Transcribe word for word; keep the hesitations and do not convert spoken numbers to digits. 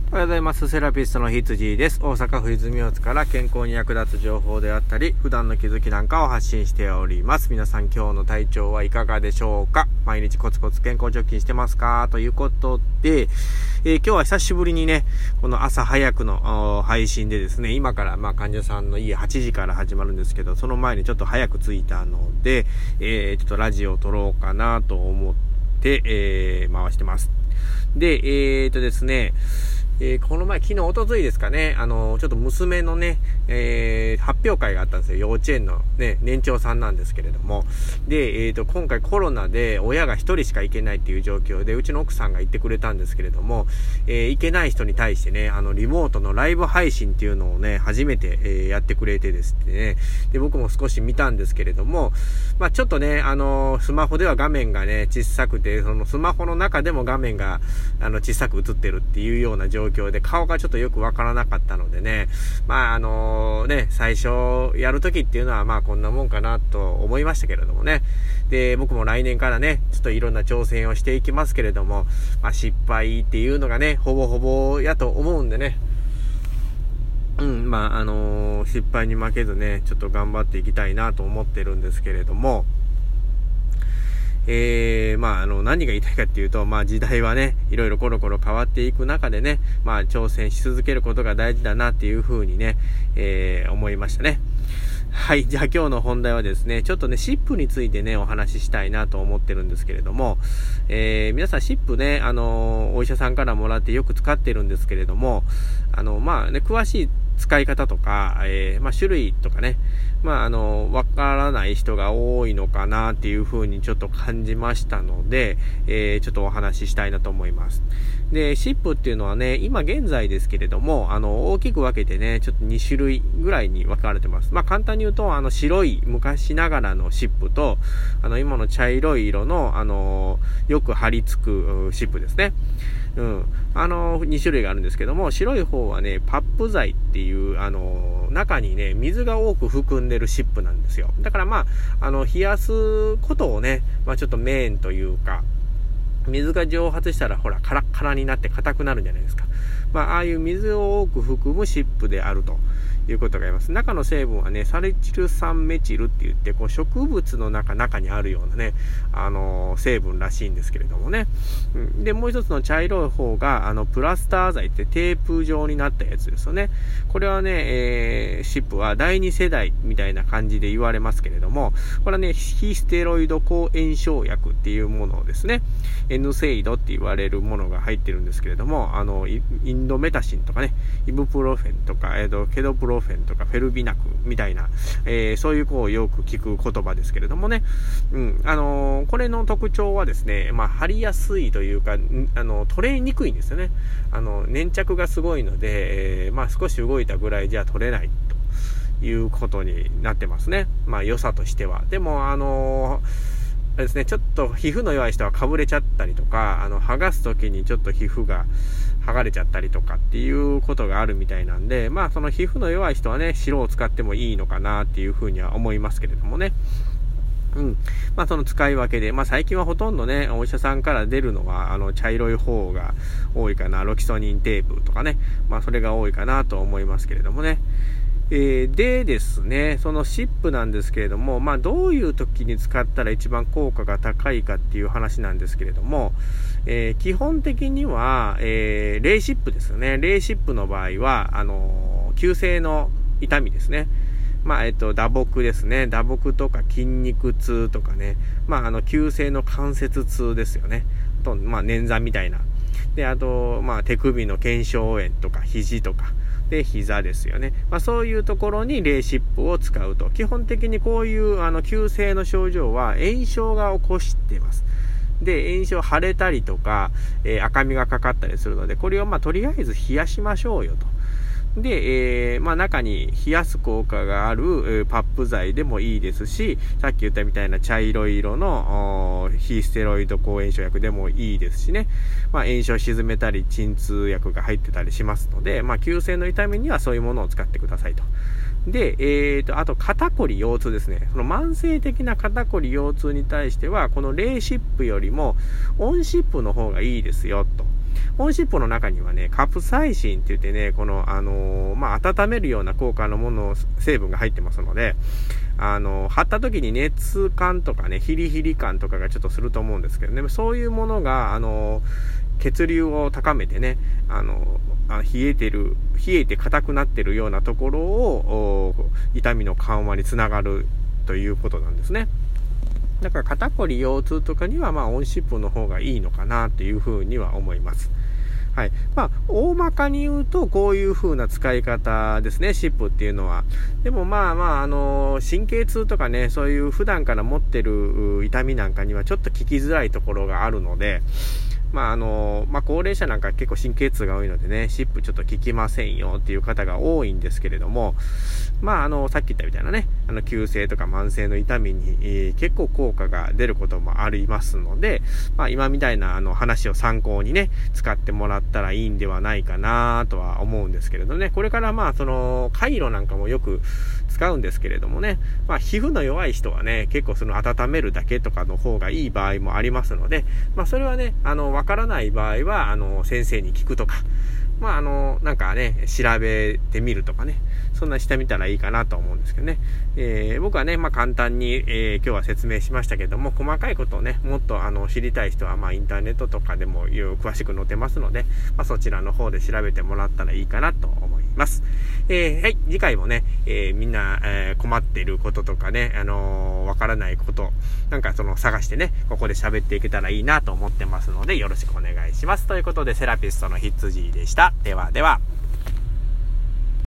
おはようございます。セラピストのひつじです。大阪府泉大津から健康に役立つ情報であったり、普段の気づきなんかを発信しております。皆さん今日の体調はいかがでしょうか？毎日コツコツ健康貯金してますか？ということで、えー、今日は久しぶりにね、この朝早くの配信でですね、今からまあ患者さんの家はちじから始まるんですけど、その前にちょっと早く着いたので、えー、ちょっとラジオを撮ろうかなと思って、えー、回してます。で、えーとですね、えー、この前、昨日、おとといですかね、あの、ちょっと娘のね、えー、発表会があったんですよ。幼稚園のね、年長さんなんですけれども。で、えーと、今回コロナで親が一人しか行けないっていう状況で、うちの奥さんが行ってくれたんですけれども、えー、行けない人に対してね、あの、リモートのライブ配信っていうのをね、初めて、えー、やってくれてですね、で、僕も少し見たんですけれども、まあちょっとね、あの、スマホでは画面がね、小さくて、そのスマホの中でも画面が、あの、小さく映ってるっていうような状況で顔がちょっとよくわからなかったのでね、まああのね、最初やるときっていうのはまあこんなもんかなと思いましたけれどもね。で、僕も来年からね、ちょっといろんな挑戦をしていきますけれども、まあ失敗っていうのがね、ほぼほぼやと思うんでね、うん、まああのー、失敗に負けずね、ちょっと頑張っていきたいなと思ってるんですけれども、えー、まあ、あの、何が言いたいかっていうと、まあ、時代はね、いろいろコロコロ変わっていく中でね、まあ、挑戦し続けることが大事だなっていうふうにね、えー、思いましたね。はい。じゃあ今日の本題はですね、ちょっとね、シップについてね、お話ししたいなと思ってるんですけれども、えー、皆さんシップね、あの、お医者さんからもらってよく使ってるんですけれども、あの、まあね、詳しい使い方とか、えー、まあ種類とかね、まああの、わからない人が多いのかなっていう風にちょっと感じましたので、えー、ちょっとお話ししたいなと思います。で、シップっていうのはね、今現在ですけれども、あの、大きく分けてね、ちょっとに種類ぐらいに分かれてます。まあ簡単に言うと、あの、白い昔ながらのシップと、あの、今の茶色い色の、あの、よく貼り付くシップですね。うん。あの、に種類があるんですけども、白い方はね、パップ材っていう、あの、中にね、水が多く含んでるシップなんですよ。だからまあ、あの、冷やすことをね、まあちょっとメインというか、水が蒸発したらほら、カラッカラになって硬くなるんじゃないですか。まあ、ああいう水を多く含むシップであるということがあります。中の成分はね、サリチル酸メチルって言って、こう植物の中、中にあるようなね、あのー、成分らしいんですけれどもね。うん、で、もう一つの茶色い方が、あの、プラスター剤ってテープ状になったやつですよね。これはね、えー、シップはだいに世代みたいな感じで言われますけれども、これはね、非ステロイド抗炎症薬っていうものですね。N セイドって言われるものが入ってるんですけれども、あの、インドメタシンとかね、イブプロフェンとか、えっと、ケドプロフェンとか、フェルビナクみたいな、えー、そういうこうよく聞く言葉ですけれどもね、うん、あのー、これの特徴はですね、まあ、貼りやすいというか、あの、取れにくいんですよね。あの、粘着がすごいので、えー、まあ、少し動いたぐらいじゃ取れないということになってますね。まあ、良さとしては。でも、あのー、ですね、ちょっと皮膚の弱い人はかぶれちゃったりとか、あの、剥がすときにちょっと皮膚が剥がれちゃったりとかっていうことがあるみたいなんで、まあその皮膚の弱い人はね、白を使ってもいいのかなっていうふうには思いますけれどもね。うん。まあその使い分けで、まあ最近はほとんどね、お医者さんから出るのは、あの、茶色い方が多いかな、ロキソニンテープとかね、まあそれが多いかなと思いますけれどもね。えー、でですね、そのシップなんですけれども、まあどういう時に使ったら一番効果が高いかっていう話なんですけれども、えー、基本的には、えー、レイシップですよね。レイシップの場合は、あのー、急性の痛みですね。まあ、えっと、打撲ですね。打撲とか筋肉痛とかね。まあ、あの、急性の関節痛ですよね。あと、まあ、捻挫みたいな。で、あと、まあ、手首の腱鞘炎とか、肘とか。で、膝ですよね。まあ、そういうところにレーシップを使うと。基本的にこういう、あの、急性の症状は炎症が起こしています。で、炎症腫れたりとか、えー、赤みがかかったりするので、これをまあ、とりあえず冷やしましょうよと。で、えー、まあ中に冷やす効果がある、えー、パップ剤でもいいですし、さっき言ったみたいな茶色い色の非ステロイド抗炎症薬でもいいですしね。まあ炎症を鎮めたり鎮痛薬が入ってたりしますので、まあ急性の痛みにはそういうものを使ってくださいと。で、えーと、あと肩こり腰痛ですね。その慢性的な肩こり腰痛に対しては、このレーシップよりもオンシップの方がいいですよと。 温湿布の中にはね、カプサイシンって言ってね、この、あのー、まあ、温めるような効果のもの、成分が入ってますので、あのー、貼った時に熱感とかね、ヒリヒリ感とかがちょっとすると思うんですけどね、そういうものが、あのー、血流を高めてね、あのー、冷えてる、冷えて硬くなってるようなところを、痛みの緩和につながるということなんですね。だから肩こり腰痛とかにはまあ温湿布の方がいいのかなというふうには思います。はい。まあ、大まかに言うとこういう風な使い方ですね、湿布っていうのは。でもまあまあ、あのー、神経痛とかね、そういう普段から持ってる痛みなんかにはちょっと効きづらいところがあるので、まああのまあ高齢者なんか結構神経痛が多いのでね、湿布ちょっと効きませんよっていう方が多いんですけれども、まああのさっき言ったみたいなね、あの急性とか慢性の痛みに、えー、結構効果が出ることもありますので、まあ今みたいなあの話を参考にね、使ってもらったらいいんではないかなとは思うんですけれどね、これからまあそのカイロなんかもよく使うんですけれどもね、まあ皮膚の弱い人はね、結構その温めるだけとかの方がいい場合もありますので、まあそれはね、あのわからない場合は、あの、先生に聞くとか、まあ、あの、なんかね、調べてみるとかね、そんなしてみたらいいかなと思うんですけどね。えー、僕はね、まあ、簡単に、えー、今日は説明しましたけども、細かいことをね、もっとあの、知りたい人は、まあ、インターネットとかでも詳しく載ってますので、まあ、そちらの方で調べてもらったらいいかなと思います。えー、はい、次回もね、えー、みんな、えー、困っていることとかね、あのー、わからないこと、なんかその探してね、ここで喋っていけたらいいなと思ってますので、よろしくお願いします。ということで、セラピストのひつじでした。ではでは。